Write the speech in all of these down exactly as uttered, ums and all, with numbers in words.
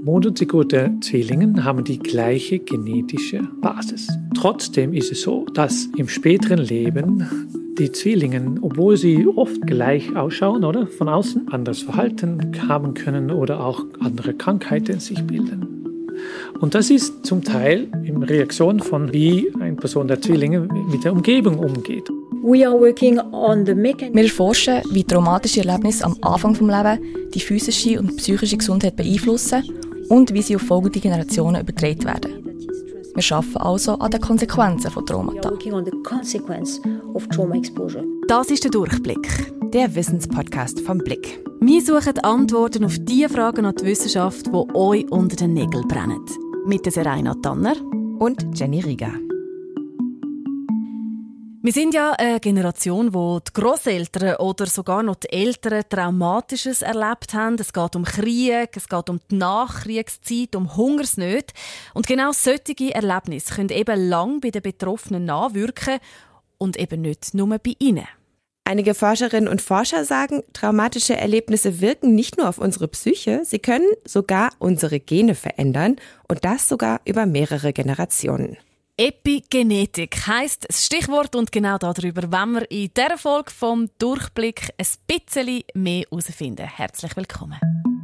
Monozygote Zwillinge haben die gleiche genetische Basis. Trotzdem ist es so, dass im späteren Leben die Zwillinge, obwohl sie oft gleich ausschauen oder von außen, anderes Verhalten haben können oder auch andere Krankheiten sich bilden. Und das ist zum Teil in Reaktion von, wie eine Person der Zwillinge mit der Umgebung umgeht. We are working on the mechanism. Wir erforschen, wie traumatische Erlebnisse am Anfang des Lebens die physische und psychische Gesundheit beeinflussen und wie sie auf folgende Generationen übertragen werden. Wir arbeiten also an den Konsequenzen von Traumata. Das ist der Durchblick, der Wissenspodcast vom Blick. Wir suchen Antworten auf die Fragen an die Wissenschaft, die euch unter den Nägeln brennen. Mit der Seraina Tanner und Jenny Rieger. Wir sind ja eine Generation, wo die Grosseltern oder sogar noch die Eltern Traumatisches erlebt haben. Es geht um Krieg, es geht um die Nachkriegszeit, um Hungersnöte. Und genau solche Erlebnisse können eben lang bei den Betroffenen nachwirken und eben nicht nur bei ihnen. Einige Forscherinnen und Forscher sagen, traumatische Erlebnisse wirken nicht nur auf unsere Psyche, sie können sogar unsere Gene verändern und das sogar über mehrere Generationen. Epigenetik heisst das Stichwort und genau darüber wollen wir in dieser Folge vom Durchblick ein bisschen mehr herausfinden. Herzlich willkommen.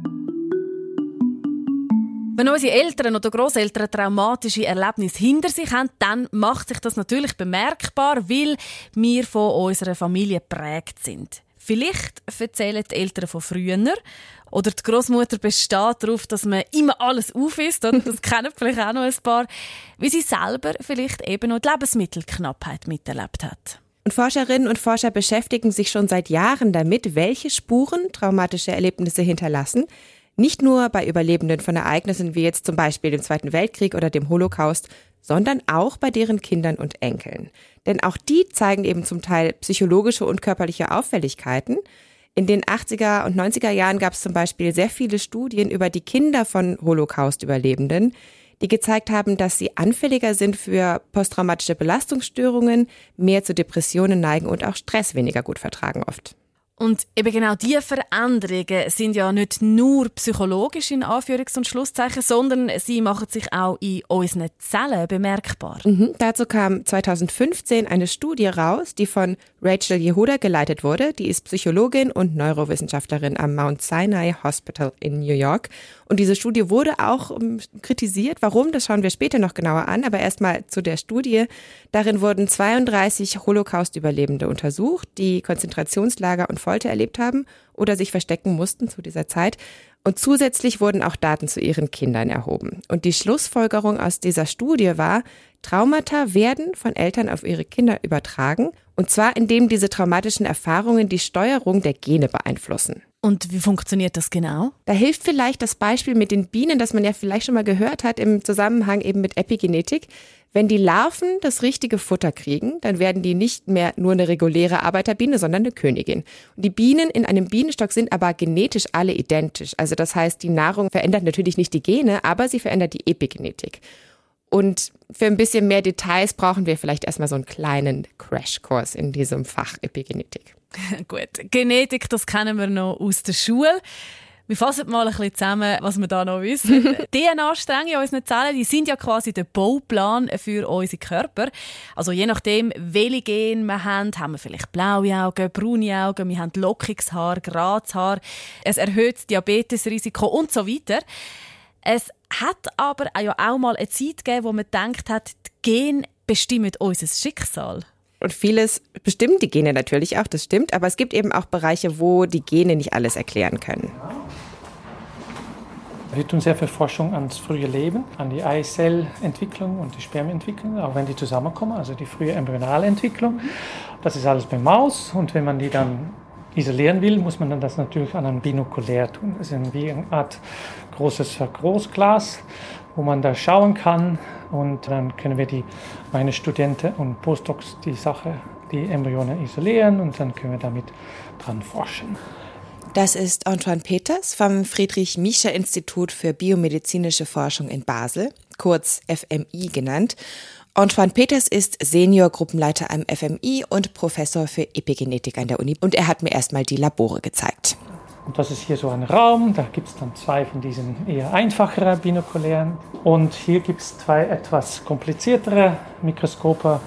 Wenn unsere Eltern oder Grosseltern traumatische Erlebnisse hinter sich haben, dann macht sich das natürlich bemerkbar, weil wir von unserer Familie geprägt sind. Vielleicht erzählen die Eltern von früher oder die Großmutter besteht darauf, dass man immer alles aufisst. Oder? Das kennen vielleicht auch noch ein paar. Wie sie selber vielleicht eben noch die Lebensmittelknappheit miterlebt hat. Und Forscherinnen und Forscher beschäftigen sich schon seit Jahren damit, welche Spuren traumatische Erlebnisse hinterlassen. Nicht nur bei Überlebenden von Ereignissen wie jetzt zum Beispiel dem Zweiten Weltkrieg oder dem Holocaust, sondern auch bei deren Kindern und Enkeln. Denn auch die zeigen eben zum Teil psychologische und körperliche Auffälligkeiten. In den achtziger und neunziger Jahren gab es zum Beispiel sehr viele Studien über die Kinder von Holocaust-Überlebenden, die gezeigt haben, dass sie anfälliger sind für posttraumatische Belastungsstörungen, mehr zu Depressionen neigen und auch Stress weniger gut vertragen oft. Und eben genau diese Veränderungen sind ja nicht nur psychologisch in Anführungs- und Schlusszeichen, sondern sie machen sich auch in unseren Zellen bemerkbar. Mhm. Dazu kam zweitausendfünfzehn eine Studie raus, die von Rachel Yehuda geleitet wurde. Die ist Psychologin und Neurowissenschaftlerin am Mount Sinai Hospital in New York. Und diese Studie wurde auch um, kritisiert. Warum? Das schauen wir später noch genauer an. Aber erstmal zu der Studie. Darin wurden zweiunddreißig Holocaust-Überlebende untersucht, die Konzentrationslager und Folter erlebt haben oder sich verstecken mussten zu dieser Zeit. Und zusätzlich wurden auch Daten zu ihren Kindern erhoben. Und die Schlussfolgerung aus dieser Studie war, Traumata werden von Eltern auf ihre Kinder übertragen. Und zwar indem diese traumatischen Erfahrungen die Steuerung der Gene beeinflussen. Und wie funktioniert das genau? Da hilft vielleicht das Beispiel mit den Bienen, das man ja vielleicht schon mal gehört hat im Zusammenhang eben mit Epigenetik. Wenn die Larven das richtige Futter kriegen, dann werden die nicht mehr nur eine reguläre Arbeiterbiene, sondern eine Königin. Und die Bienen in einem Bienenstock sind aber genetisch alle identisch. Also das heißt, die Nahrung verändert natürlich nicht die Gene, aber sie verändert die Epigenetik. Und für ein bisschen mehr Details brauchen wir vielleicht erstmal so einen kleinen Crashkurs in diesem Fach Epigenetik. Gut, Genetik, das kennen wir noch aus der Schule. Wir fassen mal ein bisschen zusammen, was wir da noch wissen. D N A-Stränge in unseren Zellen, die sind ja quasi der Bauplan für unseren Körper. Also je nachdem, welche Gene wir haben, haben wir vielleicht blaue Augen, braune Augen, wir haben lockiges Haar, gerades Haar, es erhöht das Diabetesrisiko und so weiter. Es hat aber ja auch mal eine Zeit gegeben, wo man gedacht hat, die Gene bestimmen unser Schicksal. Und vieles bestimmen die Gene natürlich auch, das stimmt. Aber es gibt eben auch Bereiche, wo die Gene nicht alles erklären können. Wir tun sehr viel Forschung ans frühe Leben, an die Eizellentwicklung und die Spermienentwicklung, auch wenn die zusammenkommen, also die frühe embryonale Entwicklung. Das ist alles bei Maus und wenn man die dann isolieren will, muss man dann das natürlich an einem Binokulär tun. Das ist wie eine Art großes Großglas, wo man da schauen kann und dann können wir die, meine Studenten und Postdocs die Sache, die Embryonen isolieren und dann können wir damit dran forschen. Das ist Antoine Peters vom Friedrich-Miescher-Institut für biomedizinische Forschung in Basel, kurz F M I genannt. Antoine Peters ist Senior-Gruppenleiter am F M I und Professor für Epigenetik an der Uni. Und er hat mir erstmal die Labore gezeigt. Und das ist hier so ein Raum, da gibt es dann zwei von diesen eher einfacheren binokulären. Und hier gibt es zwei etwas kompliziertere Mikroskope,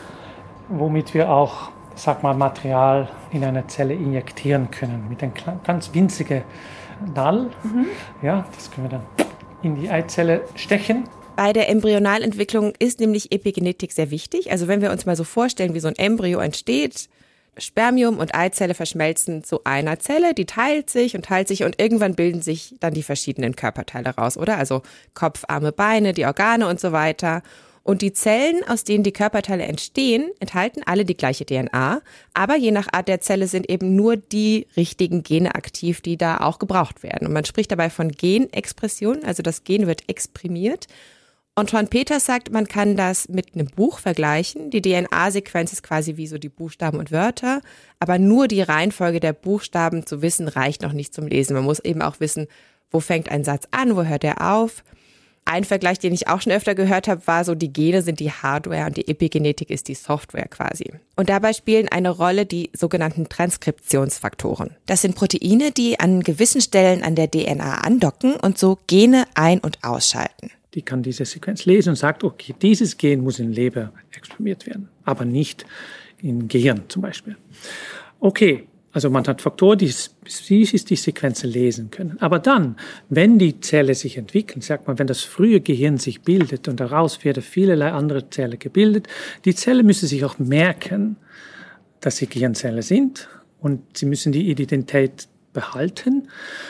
womit wir auch, sag mal, Material in eine Zelle injektieren können. Mit einem ganz winzigen Nadel. Mhm. Ja, das können wir dann in die Eizelle stechen. Bei der Embryonalentwicklung ist nämlich Epigenetik sehr wichtig. Also wenn wir uns mal so vorstellen, wie so ein Embryo entsteht, Spermium und Eizelle verschmelzen zu einer Zelle, die teilt sich und teilt sich und irgendwann bilden sich dann die verschiedenen Körperteile raus, oder? Also Kopf, Arme, Beine, die Organe und so weiter. Und die Zellen, aus denen die Körperteile entstehen, enthalten alle die gleiche D N A, aber je nach Art der Zelle sind eben nur die richtigen Gene aktiv, die da auch gebraucht werden. Und man spricht dabei von Genexpression, also das Gen wird exprimiert. Antoine Peters sagt, man kann das mit einem Buch vergleichen. Die D N A-Sequenz ist quasi wie so die Buchstaben und Wörter, aber nur die Reihenfolge der Buchstaben zu wissen, reicht noch nicht zum Lesen. Man muss eben auch wissen, wo fängt ein Satz an, wo hört er auf. Ein Vergleich, den ich auch schon öfter gehört habe, war so, die Gene sind die Hardware und die Epigenetik ist die Software quasi. Und dabei spielen eine Rolle die sogenannten Transkriptionsfaktoren. Das sind Proteine, die an gewissen Stellen an der D N A andocken und so Gene ein- und ausschalten. Die kann diese Sequenz lesen und sagt, okay, dieses Gen muss in Leber exprimiert werden, aber nicht im Gehirn zum Beispiel. Okay, also man hat Faktoren, die spezifisch die Sequenzen lesen können. Aber dann, wenn die Zelle sich entwickelt, sagt man, wenn das frühe Gehirn sich bildet und daraus werden vielerlei andere Zellen gebildet, die Zelle müssen sich auch merken, dass sie Gehirnzellen sind und sie müssen die Identität behalten.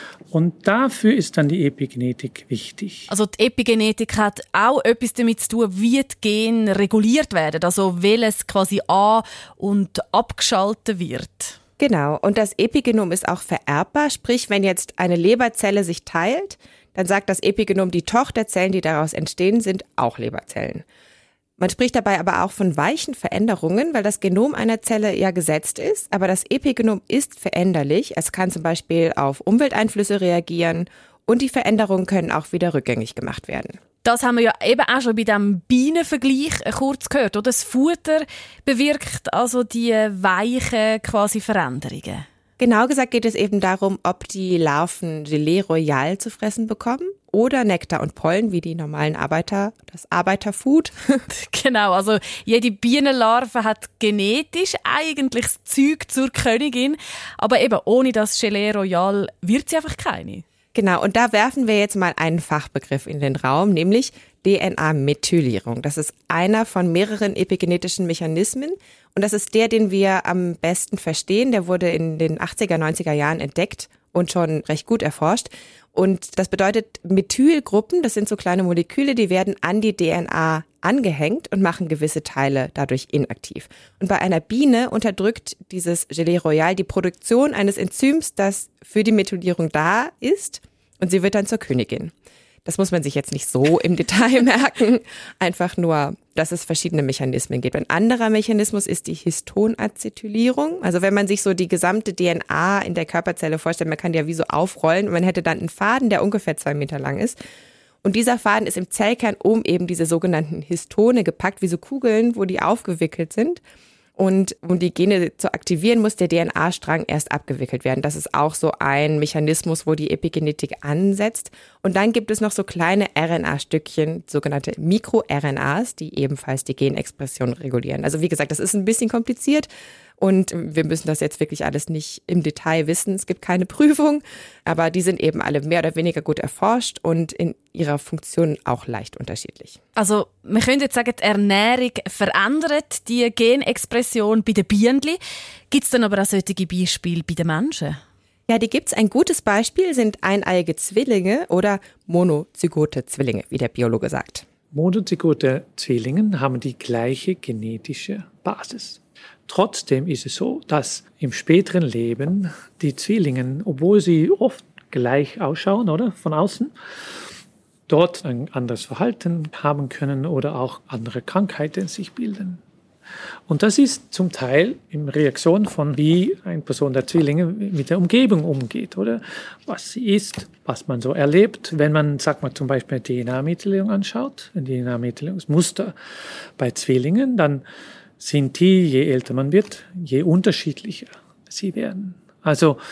Und dafür ist dann die Epigenetik wichtig. Also die Epigenetik hat auch etwas damit zu tun, wie die Gene reguliert werden, also welches quasi an- und abgeschaltet wird. Genau, und das Epigenom ist auch vererbbar, sprich, wenn jetzt eine Leberzelle sich teilt, dann sagt das Epigenom, die Tochterzellen, die daraus entstehen, sind auch Leberzellen. Man spricht dabei aber auch von weichen Veränderungen, weil das Genom einer Zelle ja gesetzt ist, aber das Epigenom ist veränderlich. Es kann zum Beispiel auf Umwelteinflüsse reagieren und die Veränderungen können auch wieder rückgängig gemacht werden. Das haben wir ja eben auch schon bei diesem Bienenvergleich kurz gehört, oder? Das Futter bewirkt also die weichen quasi Veränderungen. Genau gesagt geht es eben darum, ob die Larven Gelee Royal zu fressen bekommen oder Nektar und Pollen, wie die normalen Arbeiter, das Arbeiterfood. Genau, also jede Bienenlarve hat genetisch eigentlich das Zeug zur Königin, aber eben ohne das Gelee Royal wird sie einfach keine. Genau, und da werfen wir jetzt mal einen Fachbegriff in den Raum, nämlich D N A-Methylierung. Das ist einer von mehreren epigenetischen Mechanismen und das ist der, den wir am besten verstehen. Der wurde in den achtziger, neunziger Jahren entdeckt und schon recht gut erforscht. Und das bedeutet, Methylgruppen, das sind so kleine Moleküle, die werden an die D N A angehängt und machen gewisse Teile dadurch inaktiv. Und bei einer Biene unterdrückt dieses Gelee Royal die Produktion eines Enzyms, das für die Methylierung da ist, und sie wird dann zur Königin. Das muss man sich jetzt nicht so im Detail merken, einfach nur, dass es verschiedene Mechanismen gibt. Ein anderer Mechanismus ist die Histonacetylierung. Also wenn man sich so die gesamte D N A in der Körperzelle vorstellt, man kann die ja wie so aufrollen und man hätte dann einen Faden, der ungefähr zwei Meter lang ist. Und dieser Faden ist im Zellkern um eben diese sogenannten Histone gepackt, wie so Kugeln, wo die aufgewickelt sind. Und um die Gene zu aktivieren, muss der D N A-Strang erst abgewickelt werden. Das ist auch so ein Mechanismus, wo die Epigenetik ansetzt. Und dann gibt es noch so kleine R N A-Stückchen, sogenannte MikroR N As, die ebenfalls die Genexpression regulieren. Also wie gesagt, das ist ein bisschen kompliziert und wir müssen das jetzt wirklich alles nicht im Detail wissen. Es gibt keine Prüfung, aber die sind eben alle mehr oder weniger gut erforscht und in ihrer Funktion auch leicht unterschiedlich. Also man könnte jetzt sagen, die Ernährung verändert die Genexpression bei den Bienen. Gibt es dann aber auch solche Beispiele bei den Menschen? Ja, die gibt's. Ein gutes Beispiel sind eineiige Zwillinge oder monozygote Zwillinge, wie der Biologe sagt. Monozygote Zwillinge haben die gleiche genetische Basis. Trotzdem ist es so, dass im späteren Leben die Zwillinge, obwohl sie oft gleich ausschauen, oder, von außen, dort ein anderes Verhalten haben können oder auch andere Krankheiten sich bilden. Und das ist zum Teil in Reaktion von, wie eine Person der Zwillinge mit der Umgebung umgeht, oder was sie isst, was man so erlebt. Wenn man, sagt man zum Beispiel D N A-Methylierung anschaut, ein D N A-Methylierungsmuster bei Zwillingen, dann sind die, je älter man wird, je unterschiedlicher sie werden. Also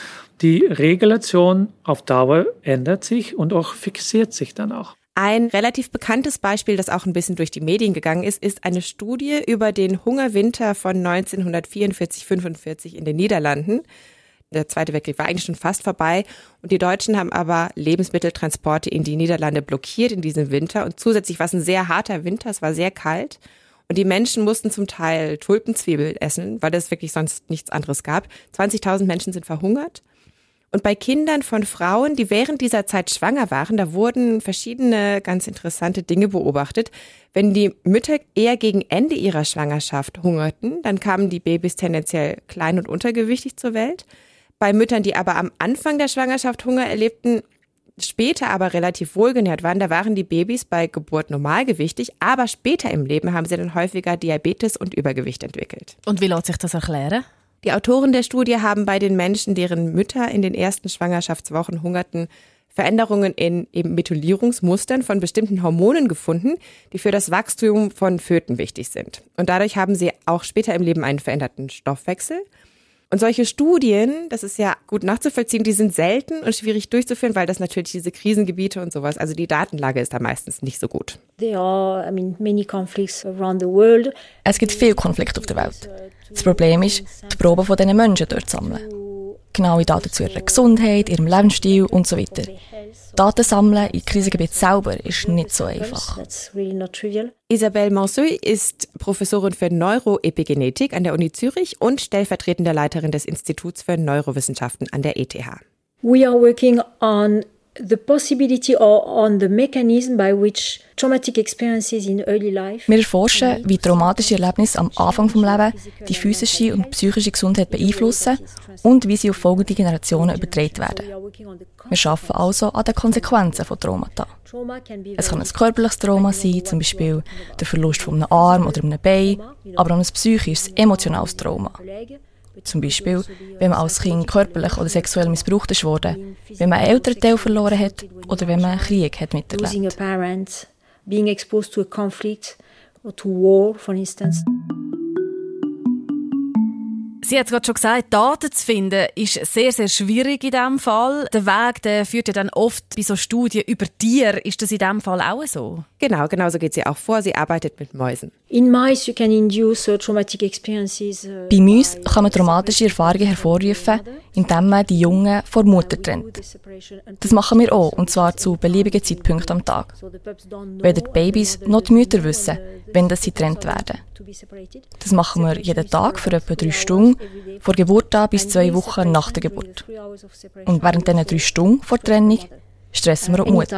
die Regulation auf Dauer ändert sich und auch fixiert sich dann auch. Ein relativ bekanntes Beispiel, das auch ein bisschen durch die Medien gegangen ist, ist eine Studie über den Hungerwinter von neunzehnhundertvierundvierzig fünfundvierzig in den Niederlanden. Der Zweite Weltkrieg war eigentlich schon fast vorbei und die Deutschen haben aber Lebensmitteltransporte in die Niederlande blockiert in diesem Winter und zusätzlich war es ein sehr harter Winter, es war sehr kalt und die Menschen mussten zum Teil Tulpenzwiebeln essen, weil es wirklich sonst nichts anderes gab. zwanzigtausend Menschen sind verhungert. Und bei Kindern von Frauen, die während dieser Zeit schwanger waren, da wurden verschiedene ganz interessante Dinge beobachtet. Wenn die Mütter eher gegen Ende ihrer Schwangerschaft hungerten, dann kamen die Babys tendenziell klein und untergewichtig zur Welt. Bei Müttern, die aber am Anfang der Schwangerschaft Hunger erlebten, später aber relativ wohlgenährt waren, da waren die Babys bei Geburt normalgewichtig, aber später im Leben haben sie dann häufiger Diabetes und Übergewicht entwickelt. Und wie lässt sich das erklären? Die Autoren der Studie haben bei den Menschen, deren Mütter in den ersten Schwangerschaftswochen hungerten, Veränderungen in eben Methylierungsmustern von bestimmten Hormonen gefunden, die für das Wachstum von Föten wichtig sind. Und dadurch haben sie auch später im Leben einen veränderten Stoffwechsel. Und solche Studien, das ist ja gut nachzuvollziehen, die sind selten und schwierig durchzuführen, weil das natürlich diese Krisengebiete und sowas, also die Datenlage ist da meistens nicht so gut. There are, I mean, many conflicts around the world. Es gibt viele Konflikte auf der Welt. Das Problem ist, die Proben von diesen Menschen dort zu sammeln. Genaue Daten zu ihrer Gesundheit, ihrem Lebensstil und so weiter. Daten sammeln in Krisengebieten selber ist nicht so einfach. Isabelle Manseuil ist Professorin für Neuroepigenetik an der Uni Zürich und stellvertretende Leiterin des Instituts für Neurowissenschaften an der E T H. We are working on the possibility or on the mechanism by which traumatic experiences in early life. Wir erforschen, wie traumatische Erlebnisse am Anfang des Lebens die physische und psychische Gesundheit beeinflussen und wie sie auf folgende Generationen übertragen werden. Wir arbeiten also an den Konsequenzen von Traumata. Es kann ein körperliches Trauma sein, zum Beispiel der Verlust von einem Arm oder einem Bein, aber auch ein psychisches, emotionales Trauma. Zum Beispiel, wenn man als Kind körperlich oder sexuell missbraucht ist worden, wenn man einen Elternteil verloren hat oder wenn man einen Krieg hat miterlebt. Losing a parent, being exposed to a conflict or to war, for instance. Sie hat es gerade schon gesagt, Daten zu finden ist sehr, sehr schwierig in diesem Fall. Der Weg der führt ja dann oft bei so Studien über Tiere. Ist das in diesem Fall auch so? Genau, genau so geht sie auch vor. Sie arbeitet mit Mäusen. In mice you can induce uh, traumatic experiences. Uh, Bei Mäusen kann man traumatische Erfahrungen hervorrufen, indem man die Jungen von der Mutter trennt. Das machen wir auch, und zwar zu beliebigen Zeitpunkten am Tag. Weder die Babys noch die Mütter wissen, wenn sie getrennt werden. Das machen wir jeden Tag für etwa drei Stunden, von Geburt an bis zwei Wochen nach der Geburt. Und während diesen drei Stunden vor der Trennung stressen wir auch die Mutter.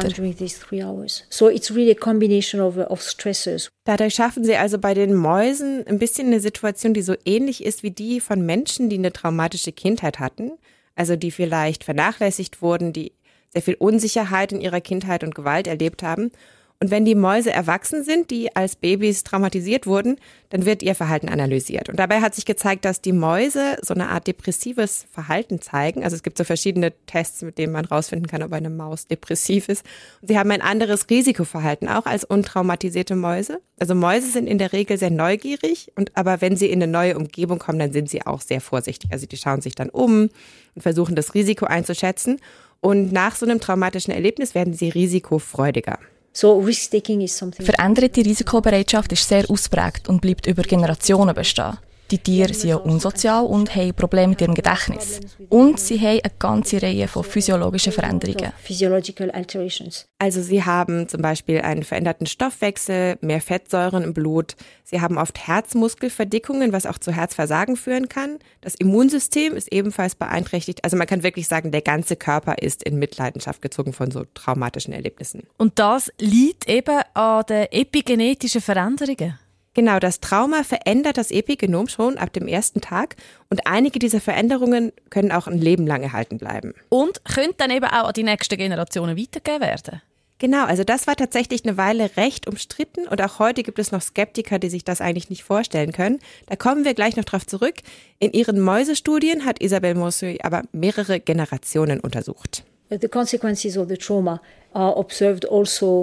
Dadurch schaffen sie also bei den Mäusen ein bisschen eine Situation, die so ähnlich ist wie die von Menschen, die eine traumatische Kindheit hatten, also die vielleicht vernachlässigt wurden, die sehr viel Unsicherheit in ihrer Kindheit und Gewalt erlebt haben. Und wenn die Mäuse erwachsen sind, die als Babys traumatisiert wurden, dann wird ihr Verhalten analysiert. Und dabei hat sich gezeigt, dass die Mäuse so eine Art depressives Verhalten zeigen. Also es gibt so verschiedene Tests, mit denen man rausfinden kann, ob eine Maus depressiv ist. Und sie haben ein anderes Risikoverhalten auch als untraumatisierte Mäuse. Also Mäuse sind in der Regel sehr neugierig, und aber wenn sie in eine neue Umgebung kommen, dann sind sie auch sehr vorsichtig. Also die schauen sich dann um und versuchen das Risiko einzuschätzen. Und nach so einem traumatischen Erlebnis werden sie risikofreudiger. So risk-taking is something. Veränderte Risikobereitschaft ist sehr ausprägt und bleibt über Generationen bestehen. Die Tiere sind ja unsozial und haben Probleme mit ihrem Gedächtnis. Und sie haben eine ganze Reihe von physiologischen Veränderungen. Also sie haben zum Beispiel einen veränderten Stoffwechsel, mehr Fettsäuren im Blut. Sie haben oft Herzmuskelverdickungen, was auch zu Herzversagen führen kann. Das Immunsystem ist ebenfalls beeinträchtigt. Also man kann wirklich sagen, der ganze Körper ist in Mitleidenschaft gezogen von so traumatischen Erlebnissen. Und das liegt eben an den epigenetischen Veränderungen? Genau, das Trauma verändert das Epigenom schon ab dem ersten Tag und einige dieser Veränderungen können auch ein Leben lang erhalten bleiben. Und könnte dann eben auch an die nächsten Generationen weitergegeben werden? Genau, also das war tatsächlich eine Weile recht umstritten und auch heute gibt es noch Skeptiker, die sich das eigentlich nicht vorstellen können. Da kommen wir gleich noch drauf zurück. In ihren Mäusestudien hat Isabelle Manseuil aber mehrere Generationen untersucht. The consequences of the trauma are observed also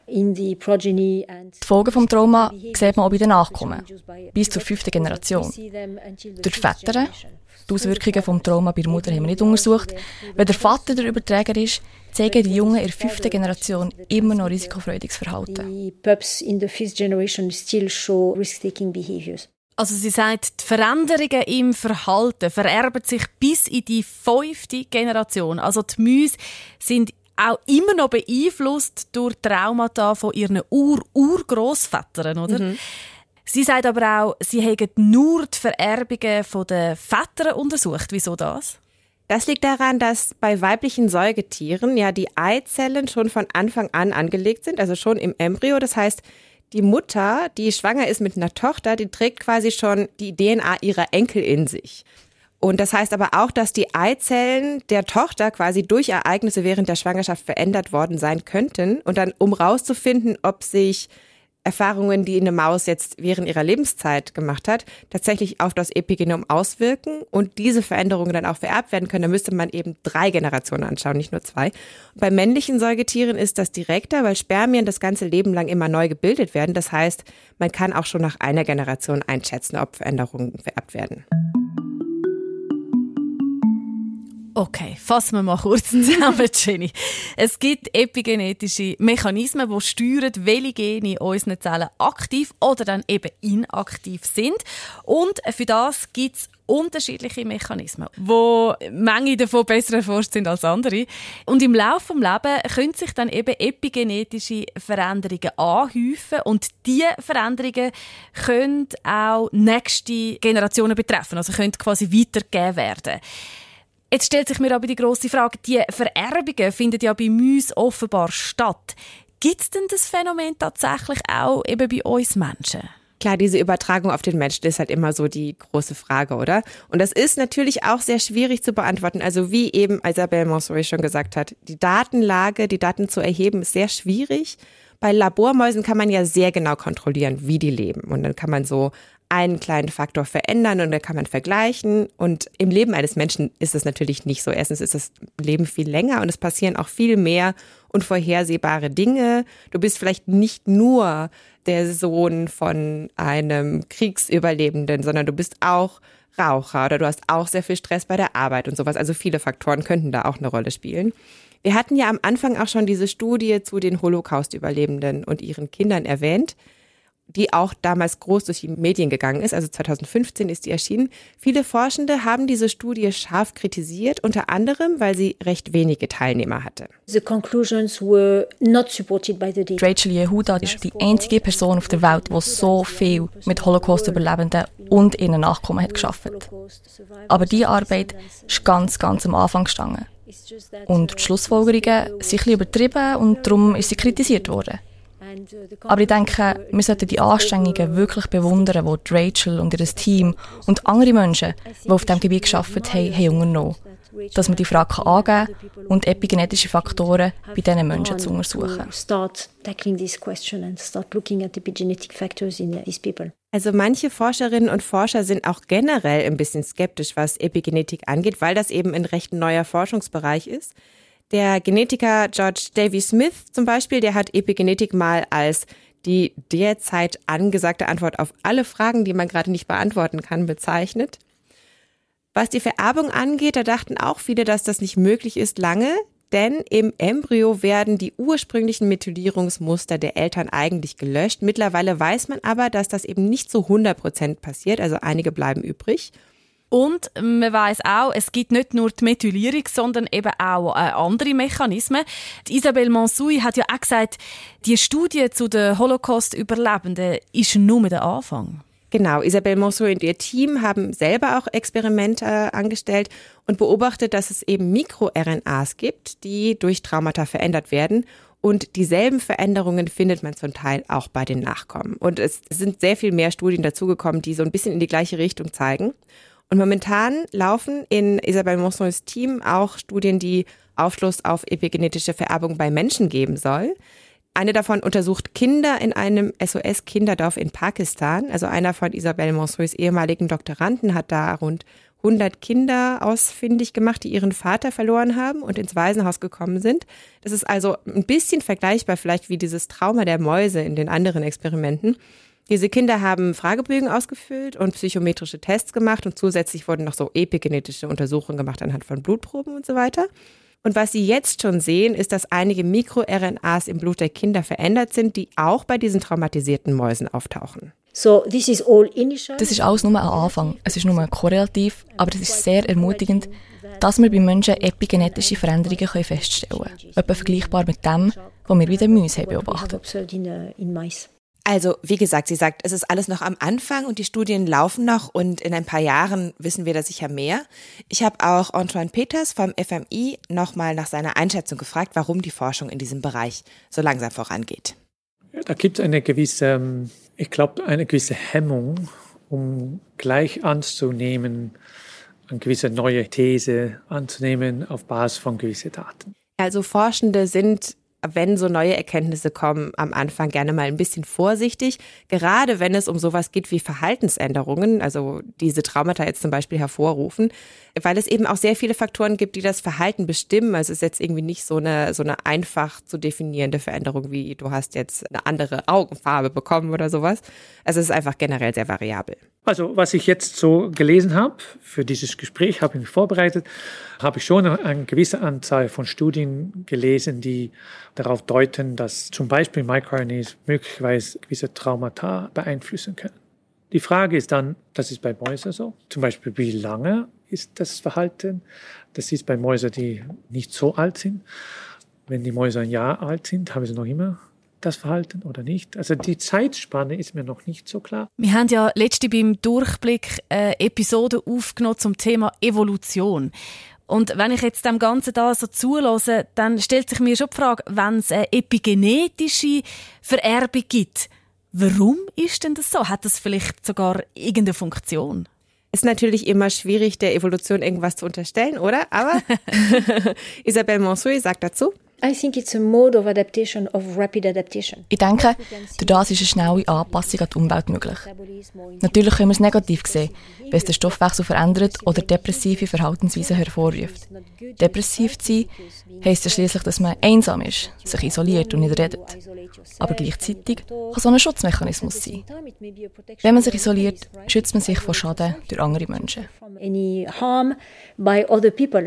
Die Folgen des Trauma sieht man auch bei den Nachkommen, bis zur fünften Generation. Durch die Väter, die Auswirkungen des Trauma bei der Mutter haben wir nicht untersucht. Wenn der Vater der Überträger ist, zeigen die Jungen in der fünften Generation immer noch risikofreudiges Verhalten. Also sie sagt, die Veränderungen im Verhalten vererben sich bis in die fünfte Generation. Also die Mäuse sind auch immer noch beeinflusst durch Traumata von ihren Ur-Urgroßvätern, oder? Mhm. Sie sagt aber auch, sie haben nur die Vererbungen der Väter untersucht. Wieso das? Das liegt daran, dass bei weiblichen Säugetieren ja die Eizellen schon von Anfang an angelegt sind, also schon im Embryo. Das heißt, die Mutter, die schwanger ist mit einer Tochter, die trägt quasi schon die D N A ihrer Enkel in sich. Und das heißt aber auch, dass die Eizellen der Tochter quasi durch Ereignisse während der Schwangerschaft verändert worden sein könnten. Und dann, um rauszufinden, ob sich Erfahrungen, die eine Maus jetzt während ihrer Lebenszeit gemacht hat, tatsächlich auf das Epigenom auswirken und diese Veränderungen dann auch vererbt werden können, dann müsste man eben drei Generationen anschauen, nicht nur zwei. Und bei männlichen Säugetieren ist das direkter, weil Spermien das ganze Leben lang immer neu gebildet werden. Das heißt, man kann auch schon nach einer Generation einschätzen, ob Veränderungen vererbt werden. Okay, fassen wir mal kurz zusammen, Jenny. Es gibt epigenetische Mechanismen, die steuern, welche Gene in unseren Zellen aktiv oder dann eben inaktiv sind. Und für das gibt es unterschiedliche Mechanismen, wo manche davon besser erforscht sind als andere. Und im Laufe des Lebens können sich dann eben epigenetische Veränderungen anhäufen und diese Veränderungen können auch nächste Generationen betreffen, also können quasi weitergegeben werden. Jetzt stellt sich mir aber die grosse Frage, die Vererbungen finden ja bei Mäusen offenbar statt. Gibt es denn das Phänomen tatsächlich auch eben bei uns Menschen? Klar, diese Übertragung auf den Menschen ist halt immer so die große Frage, oder? Und das ist natürlich auch sehr schwierig zu beantworten. Also wie eben Isabelle Monceau schon gesagt hat, die Datenlage, die Daten zu erheben, ist sehr schwierig. Bei Labormäusen kann man ja sehr genau kontrollieren, wie die leben. Und dann kann man so einen kleinen Faktor verändern und dann kann man vergleichen. Und im Leben eines Menschen ist es natürlich nicht so. Erstens ist das Leben viel länger und es passieren auch viel mehr unvorhersehbare Dinge. Du bist vielleicht nicht nur der Sohn von einem Kriegsüberlebenden, sondern du bist auch Raucher oder du hast auch sehr viel Stress bei der Arbeit und sowas. Also viele Faktoren könnten da auch eine Rolle spielen. Wir hatten ja am Anfang auch schon diese Studie zu den Holocaust-Überlebenden und ihren Kindern erwähnt, die auch damals groß durch die Medien gegangen ist, also zwanzig fünfzehn ist die erschienen. Viele Forschende haben diese Studie scharf kritisiert, unter anderem, weil sie recht wenige Teilnehmer hatte. The conclusions were not supported by the data. Rachel Yehuda ist die einzige Person auf der Welt, die so viel mit Holocaust-Überlebenden und ihren Nachkommen hat gearbeitet. Aber diese Arbeit ist ganz, ganz am Anfang gestanden. Und die Schlussfolgerungen sind ein bisschen übertrieben und darum ist sie kritisiert worden. Aber ich denke, wir sollten die Anstrengungen wirklich bewundern, die Rachel und ihr Team und andere Menschen, die auf diesem Gebiet gearbeitet haben, haben unternommen. Dass man die Frage angeben kann und epigenetische Faktoren bei diesen Menschen zu untersuchen. Also manche Forscherinnen und Forscher sind auch generell ein bisschen skeptisch, was Epigenetik angeht, weil das eben ein recht neuer Forschungsbereich ist. Der Genetiker George Davy Smith zum Beispiel, der hat Epigenetik mal als die derzeit angesagte Antwort auf alle Fragen, die man gerade nicht beantworten kann, bezeichnet. Was die Vererbung angeht, da dachten auch viele, dass das nicht möglich ist lange, denn im Embryo werden die ursprünglichen Methylierungsmuster der Eltern eigentlich gelöscht. Mittlerweile weiß man aber, dass das eben nicht zu hundert Prozent passiert, also einige bleiben übrig. Und man weiss auch, es gibt nicht nur die Methylierung, sondern eben auch äh, andere Mechanismen. Die Isabelle Monceau hat ja auch gesagt, die Studie zu den Holocaust-Überlebenden ist nur der Anfang. Genau, Isabelle Monceau und ihr Team haben selber auch Experimente äh, angestellt und beobachtet, dass es eben Mikro-R N As gibt, die durch Traumata verändert werden. Und dieselben Veränderungen findet man zum Teil auch bei den Nachkommen. Und es sind sehr viel mehr Studien dazugekommen, die so ein bisschen in die gleiche Richtung zeigen. Und momentan laufen in Isabelle Monceaus Team auch Studien, die Aufschluss auf epigenetische Vererbung bei Menschen geben soll. Eine davon untersucht Kinder in einem S O S-Kinderdorf in Pakistan. Also einer von Isabelle Monceaus ehemaligen Doktoranden hat da rund hundert Kinder ausfindig gemacht, die ihren Vater verloren haben und ins Waisenhaus gekommen sind. Das ist also ein bisschen vergleichbar vielleicht wie dieses Trauma der Mäuse in den anderen Experimenten. Diese Kinder haben Fragebögen ausgefüllt und psychometrische Tests gemacht und zusätzlich wurden noch so epigenetische Untersuchungen gemacht anhand von Blutproben und so weiter. Und was sie jetzt schon sehen, ist, dass einige MikroR N As im Blut der Kinder verändert sind, die auch bei diesen traumatisierten Mäusen auftauchen. So, this is all initial. Das ist alles nur ein Anfang. Es ist nur korrelativ, aber es ist sehr ermutigend, dass wir bei Menschen epigenetische Veränderungen feststellen können. Etwa vergleichbar mit dem, was wir bei den Mäusen beobachten. Also, wie gesagt, sie sagt, es ist alles noch am Anfang und die Studien laufen noch und in ein paar Jahren wissen wir da sicher mehr. Ich habe auch Antoine Peters vom F M I nochmal nach seiner Einschätzung gefragt, warum die Forschung in diesem Bereich so langsam vorangeht. Ja, da gibt es eine gewisse, ich glaube, eine gewisse Hemmung, um gleich anzunehmen, eine gewisse neue These anzunehmen auf Basis von gewissen Daten. Also Forschende sind, wenn so neue Erkenntnisse kommen, am Anfang gerne mal ein bisschen vorsichtig, gerade wenn es um sowas geht wie Verhaltensänderungen, also diese Traumata jetzt zum Beispiel hervorrufen, weil es eben auch sehr viele Faktoren gibt, die das Verhalten bestimmen. Also es ist jetzt irgendwie nicht so eine, so eine einfach zu definierende Veränderung wie du hast jetzt eine andere Augenfarbe bekommen oder sowas. Also es ist einfach generell sehr variabel. Also was ich jetzt so gelesen habe, für dieses Gespräch habe ich mich vorbereitet, habe ich schon eine gewisse Anzahl von Studien gelesen, die darauf deuten, dass zum Beispiel MicroR N As möglicherweise gewisse Traumata beeinflussen können. Die Frage ist dann, das ist bei Mäusen so, zum Beispiel wie lange ist das Verhalten? Das ist bei Mäusen, die nicht so alt sind. Wenn die Mäuse ein Jahr alt sind, haben sie noch immer das Verhalten oder nicht. Also die Zeitspanne ist mir noch nicht so klar. Wir haben ja letzte beim Durchblick eine Episode aufgenommen zum Thema Evolution. Und wenn ich jetzt dem Ganzen da so zulasse, dann stellt sich mir schon die Frage, wenn es eine epigenetische Vererbung gibt, warum ist denn das so? Hat das vielleicht sogar irgendeine Funktion? Ist natürlich immer schwierig, der Evolution irgendwas zu unterstellen, oder? Aber Isabelle Monceau sagt dazu: I think it's a mode of adaptation, of rapid adaptation. Ich denke, durch das ist eine schnelle Anpassung an die Umwelt möglich. Natürlich können wir es negativ sehen, wenn es den Stoffwechsel verändert oder depressive Verhaltensweisen hervorruft. Depressiv zu sein heisst ja schliesslich, dass man einsam ist, sich isoliert und nicht redet. Aber gleichzeitig kann es auch ein Schutzmechanismus sein. Wenn man sich isoliert, schützt man sich vor Schaden durch andere Menschen. Any harm by other people.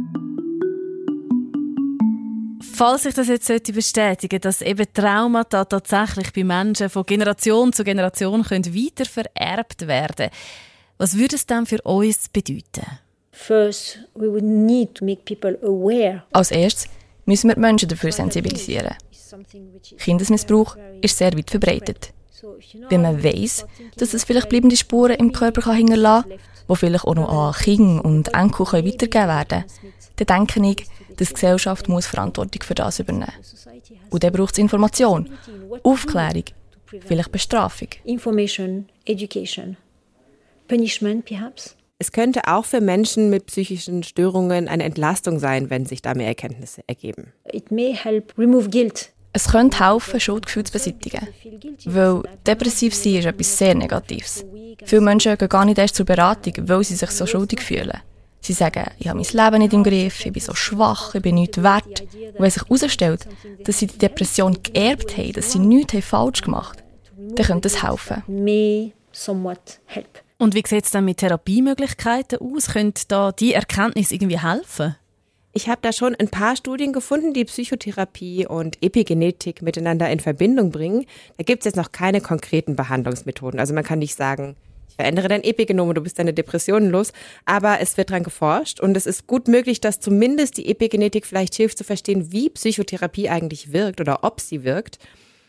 Falls sich das jetzt bestätigen sollte, dass eben Traumata tatsächlich bei Menschen von Generation zu Generation können weiter vererbt werden, was würde es dann für uns bedeuten? First, we would need to make people aware. Als erstes müssen wir die Menschen dafür sensibilisieren. Kindesmissbrauch ist sehr weit verbreitet. Wenn man weiss, dass es vielleicht bleibende Spuren im Körper hinterlassen kann, die vielleicht auch noch an Kinder und Enkel weitergegeben werden können, dann denke ich, dass die Gesellschaft muss Verantwortung für das übernehmen muss. Und dann braucht es Information, Aufklärung, vielleicht Bestrafung. Information, education, punishment perhaps. Es könnte auch für Menschen mit psychischen Störungen eine Entlastung sein, wenn sich da mehr Erkenntnisse ergeben. It may help remove guilt. Es könnte helfen, Schuldgefühle zu beseitigen. Weil depressiv sein ist etwas sehr Negatives. Viele Menschen gehen gar nicht erst zur Beratung, weil sie sich so schuldig fühlen. Sie sagen, ich habe mein Leben nicht im Griff, ich bin so schwach, ich bin nichts wert. Und wenn sich herausstellt, dass sie die Depression geerbt haben, dass sie nichts falsch gemacht haben, dann könnte das helfen. May somewhat help. Und wie sieht es dann mit Therapiemöglichkeiten aus? Könnte da die Erkenntnis irgendwie helfen? Ich habe da schon ein paar Studien gefunden, die Psychotherapie und Epigenetik miteinander in Verbindung bringen. Da gibt es jetzt noch keine konkreten Behandlungsmethoden. Also man kann nicht sagen, ich verändere dein Epigenom und du bist deine Depressionen los. Aber es wird dran geforscht und es ist gut möglich, dass zumindest die Epigenetik vielleicht hilft zu verstehen, wie Psychotherapie eigentlich wirkt oder ob sie wirkt.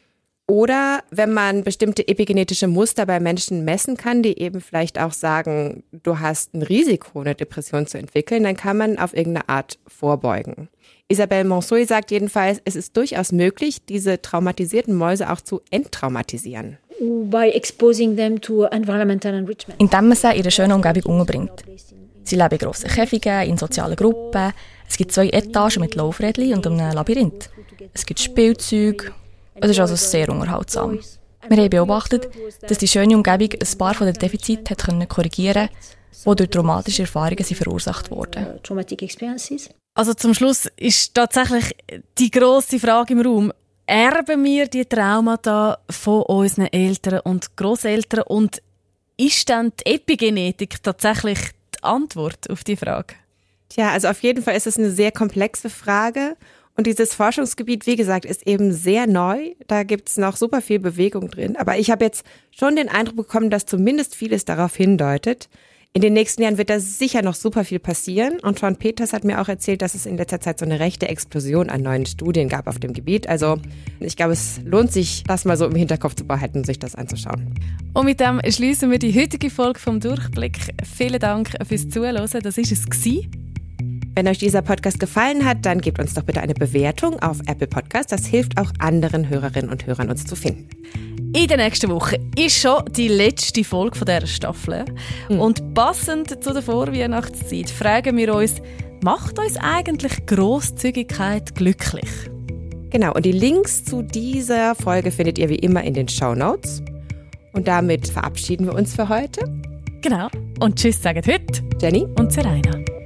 Oder wenn man bestimmte epigenetische Muster bei Menschen messen kann, die eben vielleicht auch sagen, du hast ein Risiko, eine Depression zu entwickeln, dann kann man auf irgendeine Art vorbeugen. Isabelle Monceau sagt jedenfalls, es ist durchaus möglich, diese traumatisierten Mäuse auch zu enttraumatisieren. By exposing them to environmental enrichment. Indem man sie in einer schönen Umgebung umbringt. Sie leben in grossen Käfigen, in sozialen Gruppen. Es gibt zwei Etagen mit Laufrädchen und einem Labyrinth. Es gibt Spielzeuge. Es ist also sehr unterhaltsam. Wir haben beobachtet, dass die schöne Umgebung ein paar von den Defiziten hat korrigieren konnte, die durch traumatische Erfahrungen sind verursacht wurden. Traumatic experiences. Also zum Schluss ist tatsächlich die grosse Frage im Raum: Erben wir die Traumata von unseren Eltern und Grosseltern? Und ist dann die Epigenetik tatsächlich die Antwort auf die Frage? Tja, also auf jeden Fall ist es eine sehr komplexe Frage. Und dieses Forschungsgebiet, wie gesagt, ist eben sehr neu. Da gibt es noch super viel Bewegung drin. Aber ich habe jetzt schon den Eindruck bekommen, dass zumindest vieles darauf hindeutet. In den nächsten Jahren wird da sicher noch super viel passieren. Und Sean Peters hat mir auch erzählt, dass es in letzter Zeit so eine rechte Explosion an neuen Studien gab auf dem Gebiet. Also ich glaube, es lohnt sich, das mal so im Hinterkopf zu behalten, sich das anzuschauen. Und mit dem schließen wir die heutige Folge vom Durchblick. Vielen Dank fürs Zuhören. Das war es. Wenn euch dieser Podcast gefallen hat, dann gebt uns doch bitte eine Bewertung auf Apple Podcasts. Das hilft auch anderen Hörerinnen und Hörern, uns zu finden. In der nächsten Woche ist schon die letzte Folge dieser Staffel. Mhm. Und passend zu der Vorweihnachtszeit fragen wir uns, macht uns eigentlich Grosszügigkeit glücklich? Genau, und die Links zu dieser Folge findet ihr wie immer in den Shownotes. Und damit verabschieden wir uns für heute. Genau. Und tschüss sagen heute Jenny und Seraina.